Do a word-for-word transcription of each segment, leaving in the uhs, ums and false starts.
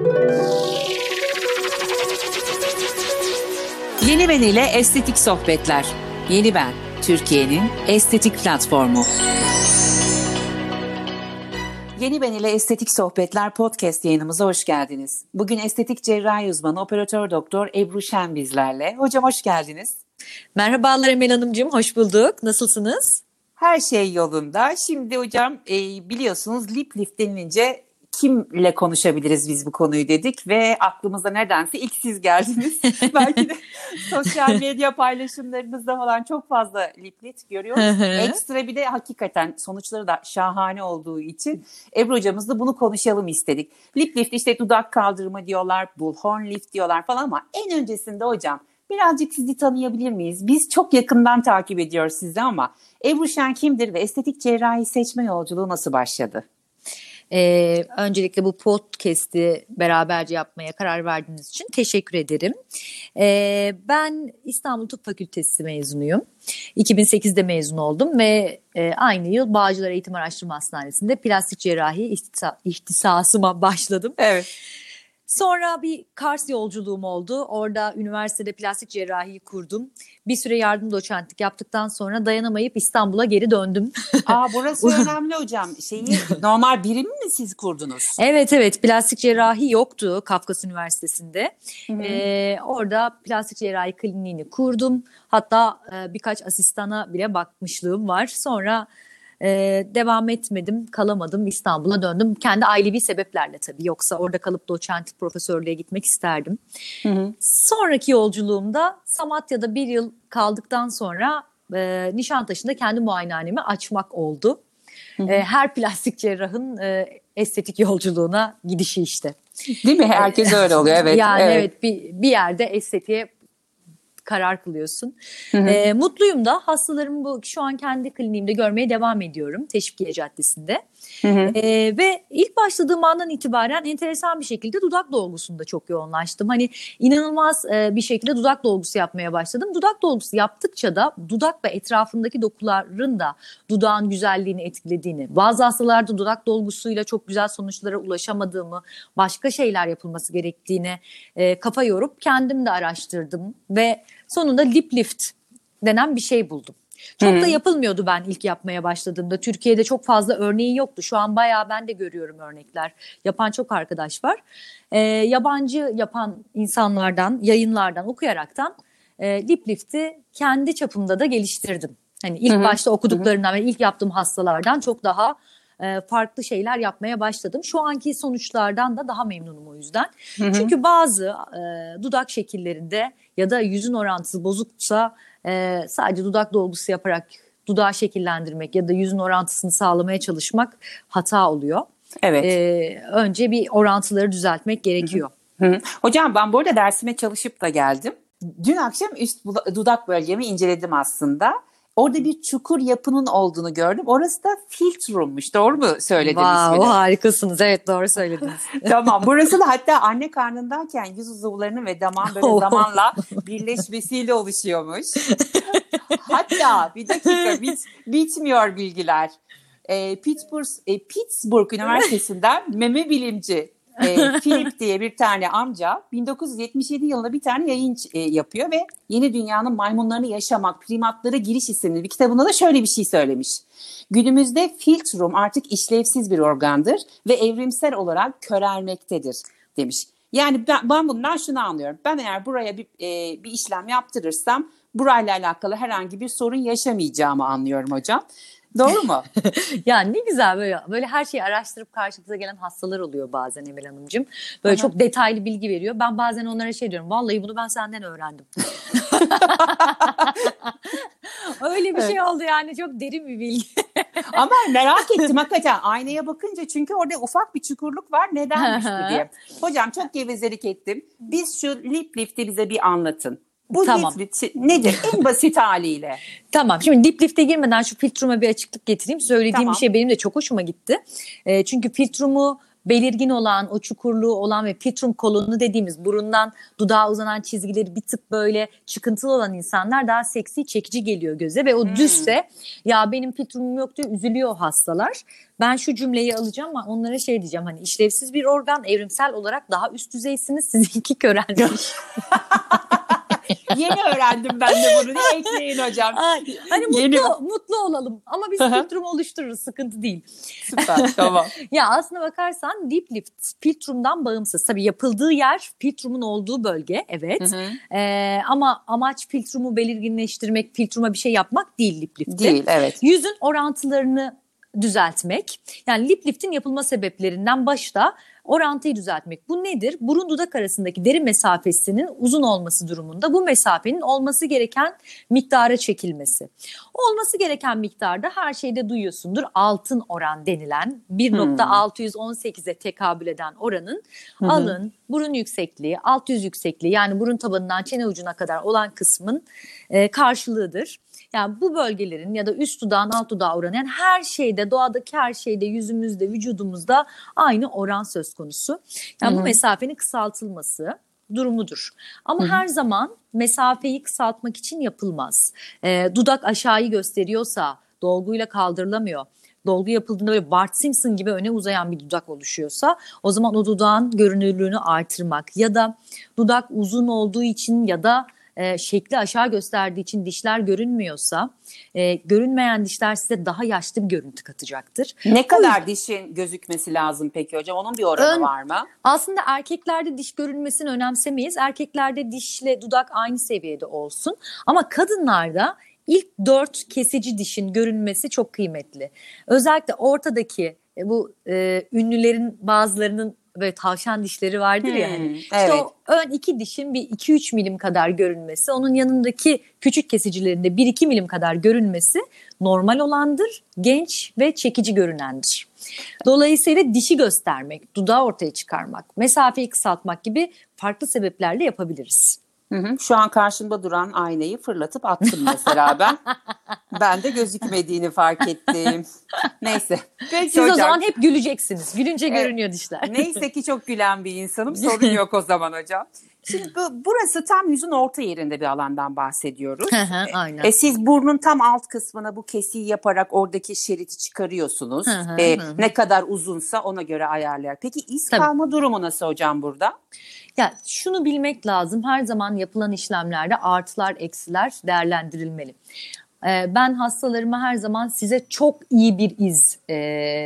Yeni Ben ile Estetik Sohbetler. Yeni Ben, Türkiye'nin estetik platformu. Yeni Ben ile Estetik Sohbetler podcast yayınımıza hoş geldiniz. Bugün estetik cerrahi uzmanı operatör doktor Ebru Şen bizlerle. Hocam hoş geldiniz. Merhabalar Emel Hanımcığım, hoş bulduk. Nasılsınız? Her şey yolunda. Şimdi hocam e, biliyorsunuz lip lift denilince kimle konuşabiliriz biz bu konuyu dedik ve aklımıza nedense ilk siz geldiniz. Belki de sosyal medya paylaşımlarınızda falan çok fazla lip lift görüyoruz. Ekstra bir de hakikaten sonuçları da şahane olduğu için Ebru hocamızla bunu konuşalım istedik. Lip lift işte dudak kaldırma diyorlar, bullhorn lift diyorlar falan ama en öncesinde hocam birazcık sizi tanıyabilir miyiz? Biz çok yakından takip ediyoruz sizi ama Ebru Şen kimdir ve estetik cerrahi seçme yolculuğu nasıl başladı? Ee, öncelikle bu podcast'i beraberce yapmaya karar verdiğiniz için teşekkür ederim. Ee, ben İstanbul Tıp Fakültesi mezunuyum. iki bin sekizde mezun oldum ve e, aynı yıl Bağcılar Eğitim Araştırma Hastanesi'nde plastik cerrahi ihtisa- ihtisasıma başladım. Evet. Sonra bir Kars yolculuğum oldu. Orada üniversitede plastik cerrahiyi kurdum. Bir süre yardım doçentlik yaptıktan sonra dayanamayıp İstanbul'a geri döndüm. Aa, burası önemli hocam. Şeyi normal birimi mi siz kurdunuz? Evet evet, plastik cerrahi yoktu Kafkas Üniversitesi'nde. Ee, orada plastik cerrahi kliniğini kurdum. Hatta e, birkaç asistana bile bakmışlığım var. Sonra Ee, devam etmedim, kalamadım, İstanbul'a döndüm. Kendi ailevi sebeplerle tabii. Yoksa orada kalıp doçentlik profesörlüğe gitmek isterdim. Hı hı. Sonraki yolculuğumda Samatya'da bir yıl kaldıktan sonra e, Nişantaşı'nda kendi muayenehanemi açmak oldu. Hı hı. E, her plastik cerrahın e, estetik yolculuğuna gidişi işte. Değil mi? Herkes öyle oluyor. Evet. Yani evet, evet bir, bir yerde estetiğe karar kılıyorsun. Hı hı. E, mutluyum da hastalarımı bu şu an kendi kliniğimde görmeye devam ediyorum. Teşvikiye Caddesi'nde. Hı hı. E, ve ilk başladığım andan itibaren enteresan bir şekilde dudak dolgusunda çok yoğunlaştım. Hani inanılmaz e, bir şekilde dudak dolgusu yapmaya başladım. Dudak dolgusu yaptıkça da dudak ve etrafındaki dokuların da dudağın güzelliğini etkilediğini, bazı hastalarda dudak dolgusuyla çok güzel sonuçlara ulaşamadığımı, başka şeyler yapılması gerektiğine e, kafa yorup kendim de araştırdım ve sonunda lip lift denen bir şey buldum. Çok hmm. da yapılmıyordu ben ilk yapmaya başladığımda. Türkiye'de çok fazla örneği yoktu. Şu an bayağı ben de görüyorum örnekler. Yapan çok arkadaş var. Ee, yabancı yapan insanlardan, yayınlardan okuyaraktan e, lip lift'i kendi çapımda da geliştirdim. Hani ilk hmm. başta okuduklarımdan ve ilk yaptığım hastalardan çok daha e, farklı şeyler yapmaya başladım. Şu anki sonuçlardan da daha memnunum o yüzden. Hmm. Çünkü bazı e, dudak şekillerinde ya da yüzün orantısı bozuksa e, sadece dudak dolgusu yaparak dudağı şekillendirmek ya da yüzün orantısını sağlamaya çalışmak hata oluyor. Evet. E, önce bir orantıları düzeltmek gerekiyor. Hı hı. Hocam ben bu arada dersime çalışıp da geldim. Dün akşam üst dudak bölgemi inceledim aslında. Orada bir çukur yapının olduğunu gördüm. Orası da filtrummuş. Doğru mu söyledim wow, ismini? Harikasınız. Evet, doğru söylediniz. Tamam. Burası da hatta anne karnındayken yüz uzuvlarının ve damağın böyle zamanla birleşmesiyle oluşuyormuş. Hatta bir dakika bit, bitmiyor bilgiler. E, Pittsburgh, e, Pittsburgh Üniversitesi'nden meme bilimci e, Philip diye bir tane amca bin dokuz yüz yetmiş yedi yılında bir tane yayın e, yapıyor ve Yeni Dünya'nın Maymunlarını Yaşamak, Primatlara Giriş isimli bir kitabında da şöyle bir şey söylemiş. Günümüzde filtrum artık işlevsiz bir organdır ve evrimsel olarak körelmektedir demiş. Yani ben, ben bundan şunu anlıyorum. Ben eğer buraya bir, e, bir işlem yaptırırsam burayla alakalı herhangi bir sorun yaşamayacağımı anlıyorum hocam. Doğru mu? Yani ne güzel böyle böyle her şeyi araştırıp karşımıza gelen hastalar oluyor bazen Emel Hanımcığım. Böyle Aha. çok detaylı bilgi veriyor. Ben bazen onlara şey diyorum. Vallahi bunu ben senden öğrendim. Öyle bir evet. şey oldu yani, çok derin bir bilgi. Ama merak ettim hakikaten aynaya bakınca, çünkü orada ufak bir çukurluk var, nedenmiş bu diye. Hocam çok gevezelik ettim. Biz şu lip lift'i bize bir anlatın. Bu tamam. lip lift nedir en basit haliyle? Tamam, şimdi lip lift'e girmeden şu filtruma bir açıklık getireyim. Söylediğim tamam. bir şey benim de çok hoşuma gitti. E, çünkü filtrumu belirgin olan, o çukurluğu olan ve filtrum kolonu dediğimiz burundan dudağa uzanan çizgileri bir tık böyle çıkıntılı olan insanlar daha seksi, çekici geliyor göze ve o Hmm. düzse ya benim filtrumum yok diye üzülüyor hastalar. Ben şu cümleyi alacağım ama onlara şey diyeceğim, hani işlevsiz bir organ, evrimsel olarak daha üst düzeysiniz, sizinki körelmiş. Yeni öğrendim ben de bunu. Ekleyin hocam. Ay, hani mutlu, Yeni... mutlu olalım ama biz filtrum oluştururuz, sıkıntı değil. Süper, tamam. Ya aslına bakarsan deep lift filtrumdan bağımsız. Tabii yapıldığı yer filtrumun olduğu bölge, evet. Hı hı. Ee, ama amaç filtrumu belirginleştirmek, filtruma bir şey yapmak değil lip liftte. Değil, evet. Yüzün orantılarını düzeltmek. Yani lip liftin yapılma sebeplerinden başta orantıyı düzeltmek. Bu nedir? Burun dudak arasındaki deri mesafesinin uzun olması durumunda bu mesafenin olması gereken miktara çekilmesi. Olması gereken miktarda her şeyde duyuyorsundur. Altın oran denilen bir nokta altı yüz on sekize tekabül eden oranın hmm. alın, burun yüksekliği, alt yüz yüksekliği yani burun tabanından çene ucuna kadar olan kısmın e, karşılığıdır. Yani bu bölgelerin ya da üst dudağın alt dudağa oranı, yani her şeyde, doğadaki her şeyde, yüzümüzde, vücudumuzda aynı oran söz konusu. Yani Hı-hı. bu mesafenin kısaltılması durumudur. Ama Hı-hı. her zaman mesafeyi kısaltmak için yapılmaz. Ee, dudak aşağıyı gösteriyorsa, dolguyla kaldırılamıyor, dolgu yapıldığında böyle Bart Simpson gibi öne uzayan bir dudak oluşuyorsa o zaman o dudağın görünürlüğünü artırmak ya da dudak uzun olduğu için ya da E, şekli aşağı gösterdiği için dişler görünmüyorsa e, görünmeyen dişler size daha yaşlı bir görüntü katacaktır. Ne kadar yüzden, dişin gözükmesi lazım peki hocam? Onun bir oranı ön, var mı? Aslında erkeklerde diş görünmesini önemsemeyiz. Erkeklerde dişle dudak aynı seviyede olsun. Ama kadınlarda ilk dört kesici dişin görünmesi çok kıymetli. Özellikle ortadaki e, bu e, ünlülerin bazılarının böyle tavşan dişleri vardır hmm, ya. Hani. İşte evet. O ön iki dişin bir iki üç milim kadar görünmesi, onun yanındaki küçük kesicilerinde bir iki milim kadar görünmesi normal olandır, genç ve çekici görünendir. Dolayısıyla dişi göstermek, dudağı ortaya çıkarmak, mesafeyi kısaltmak gibi farklı sebeplerle yapabiliriz. Hı hı. Şu an karşımda duran aynayı fırlatıp attım mesela ben. Ben de gözükmediğini fark ettim. Neyse. Peki Siz hocam, o zaman hep güleceksiniz. Gülünce evet, görünüyor dişler. Neyse ki çok gülen bir insanım. Sorun yok o zaman hocam. Şimdi bu, burası tam yüzün orta yerinde bir alandan bahsediyoruz. Aynen. E, siz burnun tam alt kısmına bu kesiyi yaparak oradaki şeriti çıkarıyorsunuz. e, ne kadar uzunsa ona göre ayarlar. Peki iz Tabii. kalma durumu nasıl hocam burada? Ya şunu bilmek lazım. Her zaman yapılan işlemlerde artılar, eksiler değerlendirilmeli. Ben hastalarıma her zaman size çok iyi bir iz e,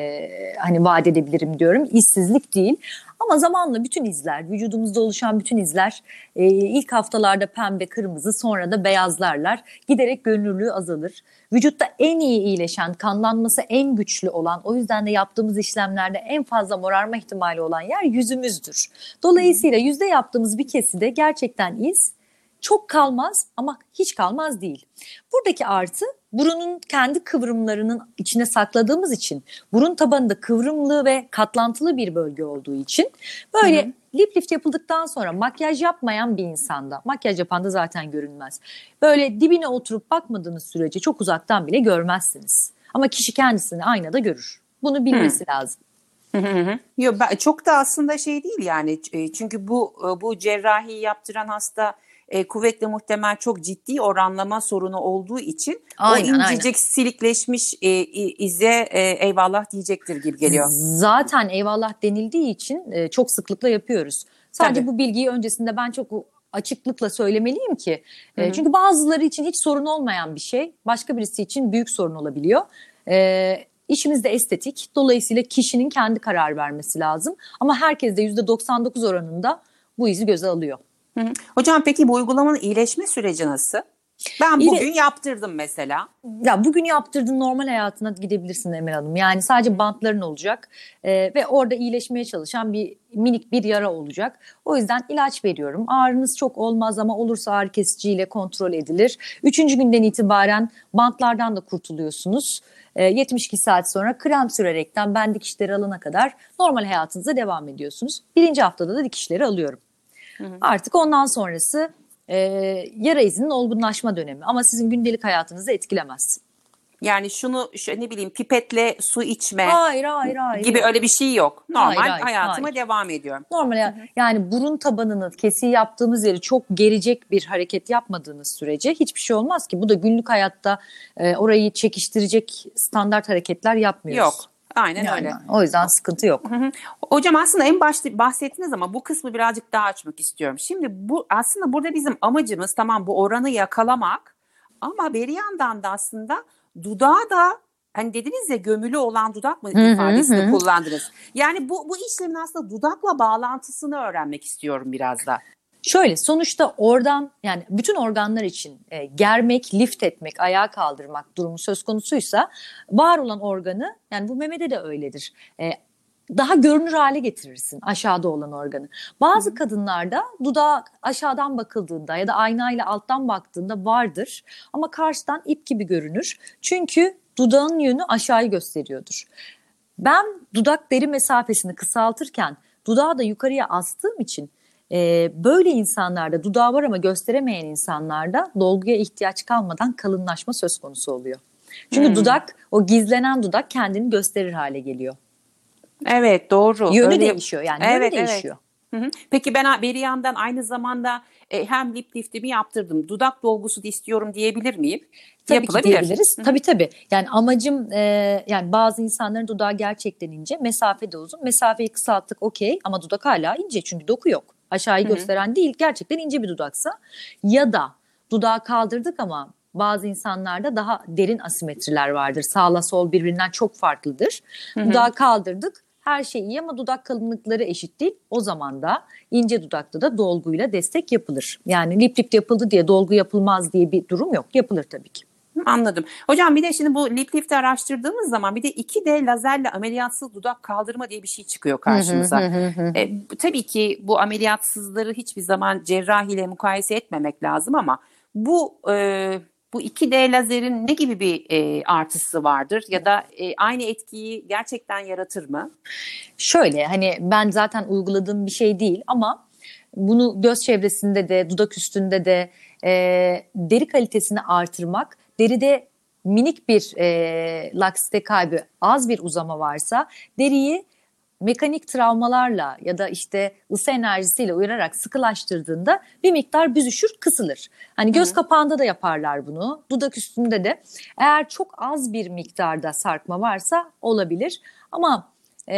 hani vaat edebilirim diyorum. İşsizlik değil. Ama zamanla bütün izler, vücudumuzda oluşan bütün izler e, ilk haftalarda pembe, kırmızı, sonra da beyazlarlar. Giderek görünürlüğü azalır. Vücutta en iyi iyileşen, kanlanması en güçlü olan, o yüzden de yaptığımız işlemlerde en fazla morarma ihtimali olan yer yüzümüzdür. Dolayısıyla yüzde yaptığımız bir keside gerçekten iz çok kalmaz ama hiç kalmaz değil. Buradaki artı burunun kendi kıvrımlarının içine sakladığımız için, burun tabanında kıvrımlı ve katlantılı bir bölge olduğu için böyle Hı-hı. lip lift yapıldıktan sonra makyaj yapmayan bir insanda, makyaj yapan da zaten görünmez, böyle dibine oturup bakmadığınız sürece çok uzaktan bile görmezsiniz. Ama kişi kendisini aynada görür. Bunu bilmesi Hı. lazım. Hı hı. Yok, ben, çok da aslında şey değil yani, çünkü bu bu cerrahiyi yaptıran hasta E, kuvvetle muhtemel çok ciddi oranlama sorunu olduğu için aynen, o incecik aynen. silikleşmiş e, ize e, eyvallah diyecektir gibi geliyor. Zaten eyvallah denildiği için e, çok sıklıkla yapıyoruz. Sadece Tabii. bu bilgiyi öncesinde ben çok açıklıkla söylemeliyim ki. E, çünkü bazıları için hiç sorun olmayan bir şey başka birisi için büyük sorun olabiliyor. E, İşimiz de estetik. Dolayısıyla kişinin kendi karar vermesi lazım. Ama herkes de yüzde doksan dokuz oranında bu izi göze alıyor. Hı hı. Hocam peki bu uygulamanın iyileşme süreci nasıl? Ben bugün İle... yaptırdım mesela. Ya bugün yaptırdın, normal hayatına gidebilirsin Emel Hanım. Yani sadece bantların olacak ee, ve orada iyileşmeye çalışan bir minik bir yara olacak. O yüzden ilaç veriyorum. Ağrınız çok olmaz ama olursa ağrı kesiciyle kontrol edilir. Üçüncü günden itibaren bantlardan da kurtuluyorsunuz. Ee, yetmiş iki saat sonra krem sürerekten ben dikişleri alana kadar normal hayatınıza devam ediyorsunuz. Birinci haftada da dikişleri alıyorum. Hı hı. Artık ondan sonrası e, yara izinin olgunlaşma dönemi ama sizin gündelik hayatınızı etkilemez. Yani şunu şu, ne bileyim pipetle su içme Hayır, hayır, hayır. gibi öyle bir şey yok. Normal Hayır, hayır, hayatıma hayır. devam ediyorum. Normal ya- yani burun tabanını kesiği yaptığımız yeri çok gerecek bir hareket yapmadığınız sürece hiçbir şey olmaz ki. Bu da günlük hayatta e, orayı çekiştirecek standart hareketler yapmıyoruz. Yok. Aynen Yani öyle. o yüzden sıkıntı yok. Hı hı. Hocam aslında en başta bahsettiniz ama bu kısmı birazcık daha açmak istiyorum. Şimdi bu aslında burada bizim amacımız tamam bu oranı yakalamak ama bir yandan da aslında dudağı da hani dediniz ya gömülü olan dudak mı Hı hı, ifadesini hı. kullandınız. Yani bu bu işlemin aslında dudakla bağlantısını öğrenmek istiyorum biraz da. Şöyle sonuçta oradan yani bütün organlar için e, germek, lift etmek, ayağa kaldırmak durumu söz konusuysa var olan organı yani bu memede de öyledir. E, daha görünür hale getirirsin aşağıda olan organı. Bazı Hı. kadınlarda dudağı aşağıdan bakıldığında ya da aynayla alttan baktığında vardır ama karşıdan ip gibi görünür. Çünkü dudağın yönü aşağıyı gösteriyordur. Ben dudak deri mesafesini kısaltırken dudağı da yukarıya astığım için Ee, böyle insanlarda dudağı var ama gösteremeyen insanlarda dolguya ihtiyaç kalmadan kalınlaşma söz konusu oluyor. Çünkü hmm. dudak o gizlenen dudak kendini gösterir hale geliyor. Evet doğru. Yönü Öyle... değişiyor yani evet, yönü değişiyor. Evet. Hı hı. Peki ben bir yandan aynı zamanda e, hem lip liftimi yaptırdım dudak dolgusu da istiyorum diyebilir miyim? Tabii Yapılabilir. ki diyebiliriz. Hı-hı. Tabii tabii. Yani amacım e, yani bazı insanların dudağı gerçekten ince, mesafe de uzun. Mesafeyi kısalttık okey ama dudak hala ince çünkü doku yok. Aşağıyı Hı-hı. gösteren değil gerçekten ince bir dudaksa ya da dudağı kaldırdık ama bazı insanlarda daha derin asimetriler vardır. Sağla sol birbirinden çok farklıdır. Hı-hı. Dudağı kaldırdık. Her şey iyi ama dudak kalınlıkları eşit değil. O zaman da ince dudakta da dolguyla destek yapılır. Yani lip lift yapıldı diye dolgu yapılmaz diye bir durum yok. Yapılır tabii ki. Anladım. Hocam bir de şimdi bu lip lift'i araştırdığımız zaman bir de iki D lazerle ameliyatsız dudak kaldırma diye bir şey çıkıyor karşımıza. e, tabii ki bu ameliyatsızları hiçbir zaman cerrahiyle mukayese etmemek lazım ama bu e, bu iki D lazerin ne gibi bir e, artısı vardır ya da e, aynı etkiyi gerçekten yaratır mı? Şöyle hani ben zaten uyguladığım bir şey değil ama bunu göz çevresinde de dudak üstünde de e, deri kalitesini artırmak, deride minik bir e, laksite kaybı, az bir uzama varsa deriyi mekanik travmalarla ya da işte ısı enerjisiyle uyararak sıkılaştırdığında bir miktar büzüşür, kısılır. Hani göz Hı-hı. kapağında da yaparlar bunu, dudak üstünde de. Eğer çok az bir miktarda sarkma varsa olabilir ama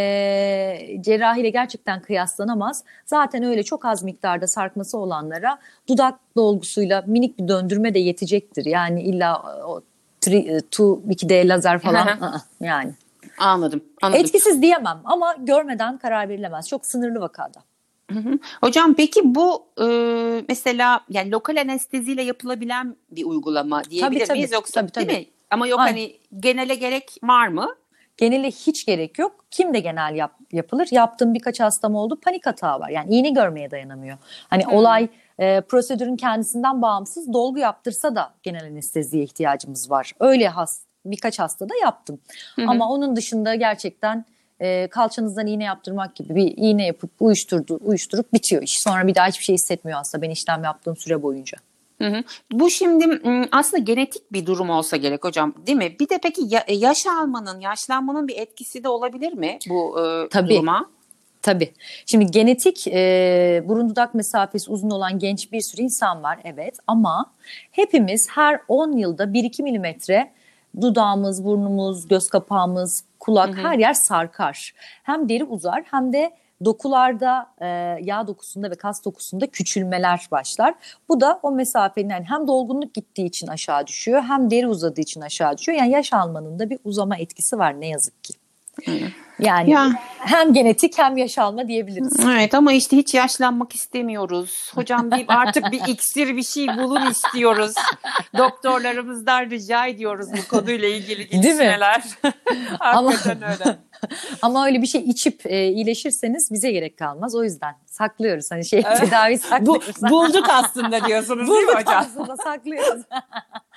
e, cerrahiyle gerçekten kıyaslanamaz. Zaten öyle çok az miktarda sarkması olanlara dudak dolgusuyla minik bir döndürme de yetecektir. Yani illa o iki D lazer falan yani. Anladım, anladım. Etkisiz diyemem ama görmeden karar verilemez. Çok sınırlı vakada. Hı hı. Hocam peki bu e, mesela yani lokal anesteziyle yapılabilen bir uygulama diyebilir tabii, tabii, miyiz yoksa tabii, tabii. değil mi? Ama yok Aynen. Hani genele gerek var mı? Genele hiç gerek yok. Kim de genel yap, yapılır? Yaptığım birkaç hastam oldu. Panik hata var. Yani iğne görmeye dayanamıyor. Hani hmm. olay e, prosedürün kendisinden bağımsız. Dolgu yaptırsa da genel anesteziye ihtiyacımız var. Öyle has, birkaç hastada yaptım. Hı hı. Ama onun dışında gerçekten e, kalçanızdan iğne yaptırmak gibi bir iğne yapıp uyuşturdu, uyuşturup bitiyor iş. Sonra bir daha hiçbir şey hissetmiyor hasta ben işlem yaptığım süre boyunca. Hı hı. Bu şimdi aslında genetik bir durum olsa gerek hocam değil mi? Bir de peki yaş almanın, yaşlanmanın bir etkisi de olabilir mi bu e, Tabii. duruma? Tabii. Şimdi genetik e, burun dudak mesafesi uzun olan genç bir sürü insan var evet ama hepimiz her on yılda bir iki milimetre dudağımız, burnumuz, göz kapağımız, kulak hı hı. her yer sarkar. Hem deri uzar hem de dokularda e, yağ dokusunda ve kas dokusunda küçülmeler başlar. Bu da o mesafenin yani hem dolgunluk gittiği için aşağı düşüyor hem deri uzadığı için aşağı düşüyor. Yani yaş almanın da bir uzama etkisi var ne yazık ki. Hı. Yani ya. Hem genetik hem yaş alma diyebiliriz. Evet ama işte hiç yaşlanmak istemiyoruz. Hocam deyip artık bir iksir bir şey bulun istiyoruz. Doktorlarımızdan rica ediyoruz bu konuyla ilgili gelişmeler. Hakikaten ama, öyle. Ama öyle bir şey içip e, iyileşirseniz bize gerek kalmaz. O yüzden saklıyoruz. Hani şey tedavi saklıyoruz. Bu, bulduk aslında diyorsunuz değil mi hocam? Bulduk aslında saklıyoruz.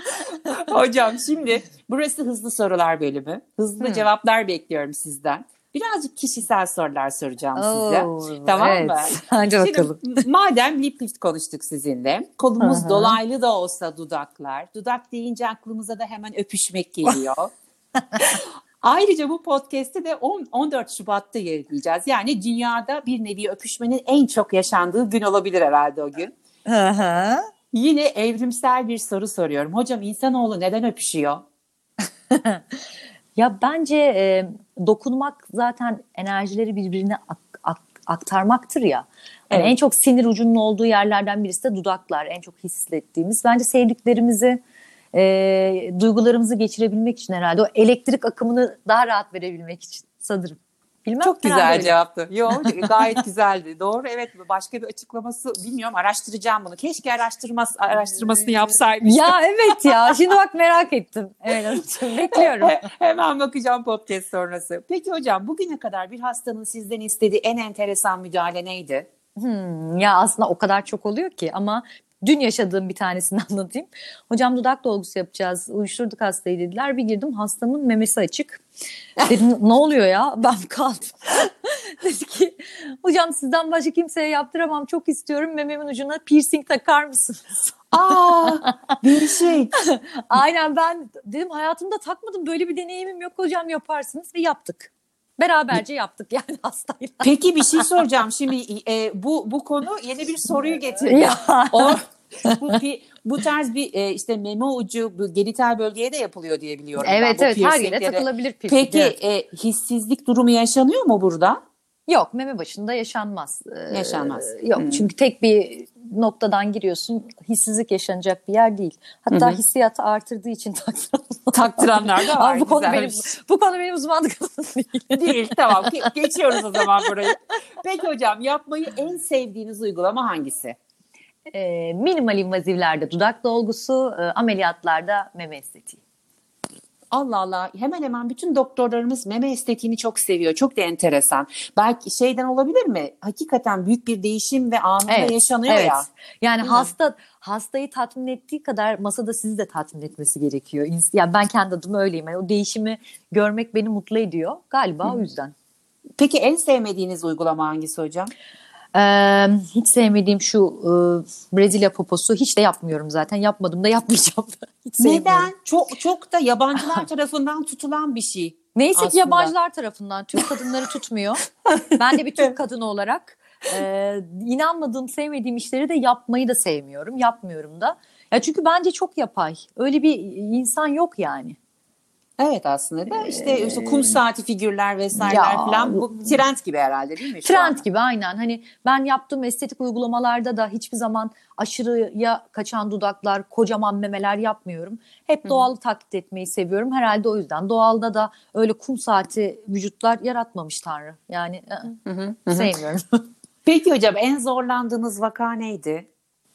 Hocam şimdi burası hızlı sorular bölümü. Hızlı hmm. cevaplar bekliyorum sizden. birazcık kişisel sorular soracağım Oo, size. Tamam evet. mı? Hadi bakalım. Şimdi madem lip lift konuştuk sizinle. Kolumuz Hı hı. dolaylı da olsa dudaklar. Dudak deyince aklımıza da hemen öpüşmek geliyor. Ayrıca bu podcast'te de on dört Şubat'ta yayınlayacağız. Yani dünyada bir nevi öpüşmenin en çok yaşandığı gün olabilir herhalde o gün. Hı hı. Yine evrimsel bir soru soruyorum. Hocam insanoğlu neden öpüşüyor? Ya bence e, dokunmak zaten enerjileri birbirine ak- ak- aktarmaktır ya. Yani Evet. en çok sinir ucunun olduğu yerlerden birisi de dudaklar. En çok hissettiğimiz. Bence sevdiklerimizi, e, duygularımızı geçirebilmek için herhalde. O elektrik akımını daha rahat verebilmek için sanırım. Bilmem, Çok güzel herhalde öyle. cevaptı. Yo, gayet güzeldi. Doğru, evet, başka bir açıklaması bilmiyorum, araştıracağım bunu. Keşke araştırması, araştırmasını yapsaymış. Ya evet ya, şimdi bak merak ettim. Evet Hanımcığım, bekliyorum. Hemen bakacağım podcast sonrası. Peki hocam, bugüne kadar bir hastanın sizden istediği en enteresan müdahale neydi? Hmm, ya aslında o kadar çok oluyor ki ama dün yaşadığım bir tanesini anlatayım. Hocam dudak dolgusu yapacağız. Uyuşturduk hastayı dediler. Bir girdim, hastamın memesi açık. Dedim ne oluyor ya? Ben kaldım. Dedi ki hocam sizden başka kimseye yaptıramam. Çok istiyorum. Mememin ucuna piercing takar mısınız? Aa, bir şey. Aynen, ben dedim hayatımda takmadım. Böyle bir deneyimim yok hocam, yaparsınız ve yaptık. Beraberce yaptık yani hastayla. Peki bir şey soracağım. Şimdi e, bu bu konu yeni bir soruyu getirdi. Ya. O, bu, bu tarz bir e, işte meme ucu bu genital bölgeye de yapılıyor diye biliyorum. Evet ben, evet, her yere takılabilir piercing. Peki Evet. e, hissizlik durumu yaşanıyor mu burada? Yok, meme başında yaşanmaz. Ee, Yaşanmaz. Yok Hmm. çünkü tek bir noktadan giriyorsun, hissizlik yaşanacak bir yer değil. Hatta Hı hı. hissiyatı artırdığı için taktıran. Taktıranlar da var. Ama bu konu benim güzelmiş. bu konu benim uzmanlık alanım değil. Değil, tamam, Ge- geçiyoruz o zaman burayı. Peki hocam, yapmayı en sevdiğiniz uygulama hangisi? Ee, minimal invazivlerde dudak dolgusu, e, ameliyatlarda meme estetiği. Allah Allah, hemen hemen bütün doktorlarımız meme estetiğini çok seviyor. Çok da enteresan. Belki şeyden olabilir mi? Hakikaten büyük bir değişim ve anında Evet, yaşanıyor evet. ya. Yani Değil mi? hasta hastayı tatmin ettiği kadar masada sizi de tatmin etmesi gerekiyor. İns- Yani ben kendi adıma öyleyim. Yani o değişimi görmek beni mutlu ediyor. Galiba Hı. o yüzden. Peki en sevmediğiniz uygulama hangisi hocam? Ee, hiç sevmediğim şu e, Brezilya poposu, hiç de yapmıyorum zaten. Yapmadım da yapmayacağım da. Hiç sevmiyorum. Neden? Çok çok da yabancılar tarafından tutulan bir şey. Neyse ki aslında. yabancılar tarafından, Türk kadınları tutmuyor. Ben de bir Türk kadını olarak e, inanmadığım, sevmediğim işleri de yapmayı da sevmiyorum. Yapmıyorum da. Ya çünkü bence çok yapay. Öyle bir insan yok yani. Evet, aslında da işte, işte kum saati figürler vesaireler Ya, falan, bu trend gibi herhalde, değil mi? şu Trend anda? gibi, aynen. Hani ben yaptığım estetik uygulamalarda da hiçbir zaman aşırıya kaçan dudaklar, kocaman memeler yapmıyorum. Hep doğalı taklit etmeyi seviyorum. Herhalde o yüzden. Doğalda da öyle kum saati vücutlar yaratmamış Tanrı. Yani Hı hı, hı. sevmiyorum. Peki hocam, en zorlandığınız vaka neydi?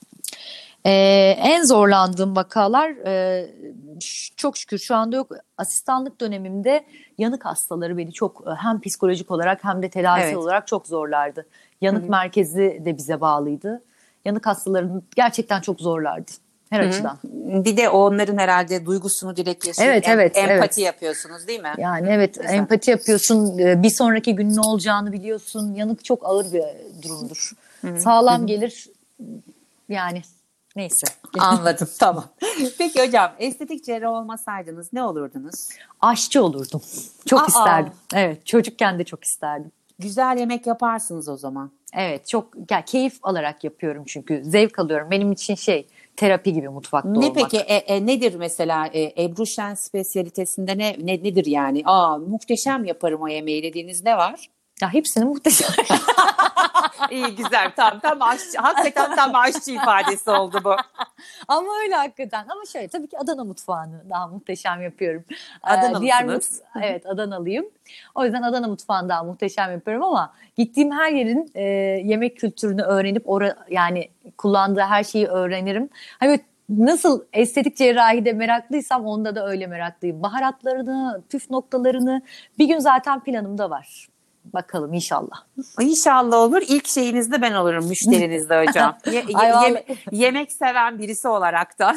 Ee, en zorlandığım vakalar e, ş- çok şükür şu anda yok. Asistanlık dönemimde yanık hastaları beni çok e, hem psikolojik olarak hem de tedavi Evet. olarak çok zorlardı. Yanık Hı-hı. merkezi de bize bağlıydı. Yanık hastalarını gerçekten çok zorlardı her Hı-hı. açıdan. Bir de onların herhalde duygusunu direkt yaşayıp Evet, em- evet, empati evet. yapıyorsunuz, değil mi? Yani evet, Güzel. empati yapıyorsun, e, bir sonraki gün ne olacağını biliyorsun. Yanık çok ağır bir durumdur. Hı-hı. Sağlam Hı-hı. gelir yani, neyse. Anladım, tamam. Peki hocam, estetik cerrah olmasaydınız ne olurdunuz? Aşçı olurdum. Çok Aa. isterdim. Evet, çocukken de çok isterdim. Güzel yemek yaparsınız o zaman. Evet, çok yani keyif alarak yapıyorum çünkü zevk alıyorum. Benim için şey, terapi gibi mutfakta Ne olmak. peki e, e, nedir mesela e, Ebru Şen spesiyalitesinde ne, ne nedir yani? Aa, muhteşem yaparım o yemeği dediğiniz ne var? Ya hepsinin muhteşem. İyi, güzel, tam tam aşçı, hakikaten tam aşçı ifadesi oldu bu. Ama öyle hakikaten. Ama şöyle, tabii ki Adana mutfağını daha muhteşem yapıyorum. Adanalısınız. Ee, diğer mut- evet, Adanalıyım. O yüzden Adana mutfağını daha muhteşem yapıyorum ama gittiğim her yerin e, yemek kültürünü öğrenip ora, yani kullandığı her şeyi öğrenirim. Hani böyle nasıl estetik cerrahide meraklıysam onda da öyle meraklıyım. Baharatlarını, püf noktalarını bir gün zaten planımda var. Bakalım inşallah. İnşallah olur. İlk şeyiniz de ben olurum, müşteriniz de hocam. Ye- ye- Ay, yeme- vallahi. yemek seven birisi olaraktan.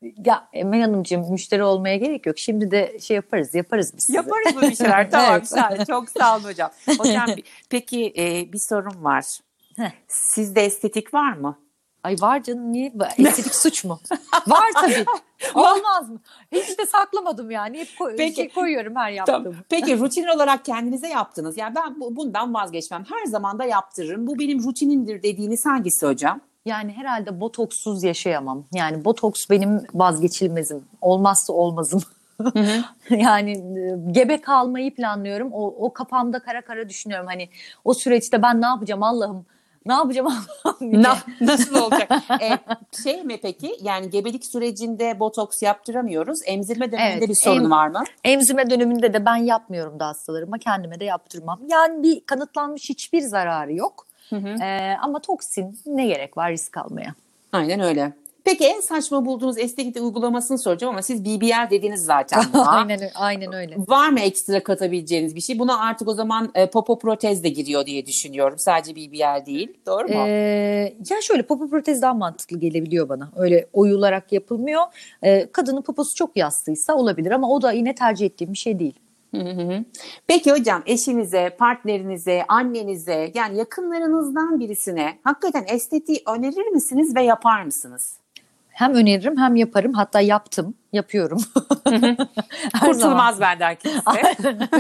Ya Emel Hanımcığım, müşteri olmaya gerek yok. Şimdi de şey yaparız, yaparız biz size. Yaparız bu bir şeyler. Tamam, Evet. güzel. Çok sağ olun hocam. Hocam peki e, bir sorum var. Heh. Sizde estetik var mı? Ay var canım, niye? Estetik suç mu? Var tabii. Olmaz mı? Hiç de saklamadım yani. Hep koy- Peki. şey koyuyorum her yaptığımı. Tamam. Peki rutin olarak kendinize yaptınız. Yani ben bu- bundan vazgeçmem. Her zaman da yaptırırım. Bu benim rutinimdir dediğiniz hangisi hocam? Yani herhalde botoksuz yaşayamam. Yani botoks benim vazgeçilmezim. Olmazsa olmazım. Yani e, gebe kalmayı planlıyorum. O, o kafamda kara kara düşünüyorum. Hani o süreçte ben ne yapacağım Allah'ım? Ne yapacağım Allah'ım diye. Na, nasıl olacak? e, şey mi peki? Yani gebelik sürecinde botoks yaptıramıyoruz. Emzirme döneminde Evet, bir sorun em- var mı? Emzirme döneminde de ben yapmıyorum da hastalarıma. Kendime de yaptırmam. Yani bir kanıtlanmış hiçbir zararı yok. Hı hı. Ee, ama toksin, ne gerek var risk almaya? Aynen öyle. Peki en saçma bulduğunuz estetik uygulamasını soracağım ama siz B B L dediniz zaten buna. aynen, aynen öyle. Var mı ekstra katabileceğiniz bir şey? Buna artık o zaman e, popo protez de giriyor diye düşünüyorum. Sadece B B L değil. Doğru mu? Ee, ya şöyle, popo protez daha mantıklı gelebiliyor bana. Öyle oyularak yapılmıyor. Ee, kadının poposu çok yassıysa olabilir ama o da yine tercih ettiğim bir şey değil. Hı hı hı. Peki hocam, eşinize, partnerinize, annenize, yani yakınlarınızdan birisine hakikaten estetiği önerir misiniz ve yapar mısınız? Hem öneririm hem yaparım. Hatta yaptım, yapıyorum. Her zaman. Kurtulmaz benden kimse.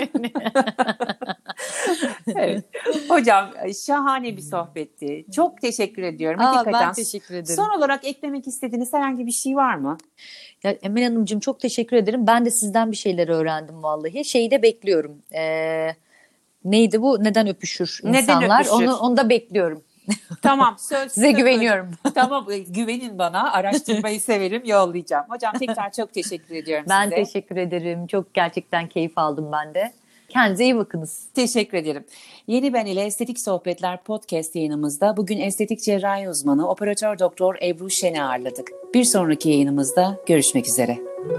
Evet. Hocam şahane bir sohbetti. Çok teşekkür ediyorum. Aa, Hakikaten. ben teşekkür ederim. Son olarak eklemek istediğiniz herhangi bir şey var mı? Ya Emel Hanımcığım, çok teşekkür ederim. Ben de sizden bir şeyler öğrendim vallahi. Şeyi de bekliyorum. Ee, neydi bu? Neden öpüşür insanlar? Neden öpüşür? Onu, onu da bekliyorum. Tamam, söz. Size söz güveniyorum. hocam. Tamam, güvenin bana. Araştırmayı severim, yollayacağım. Hocam tekrar çok teşekkür ediyorum Ben size. teşekkür ederim. Çok gerçekten keyif aldım ben de. Kendinize iyi bakınız. Teşekkür ederim. Yeni Ben ile Estetik Sohbetler podcast yayınımızda bugün estetik cerrahi uzmanı operatör doktor Ebru Şen'i ağırladık. Bir sonraki yayınımızda görüşmek üzere.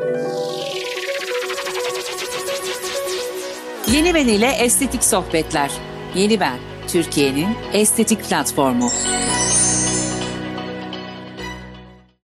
Yeni Ben ile Estetik Sohbetler. Yeni Ben, Türkiye'nin estetik platformu.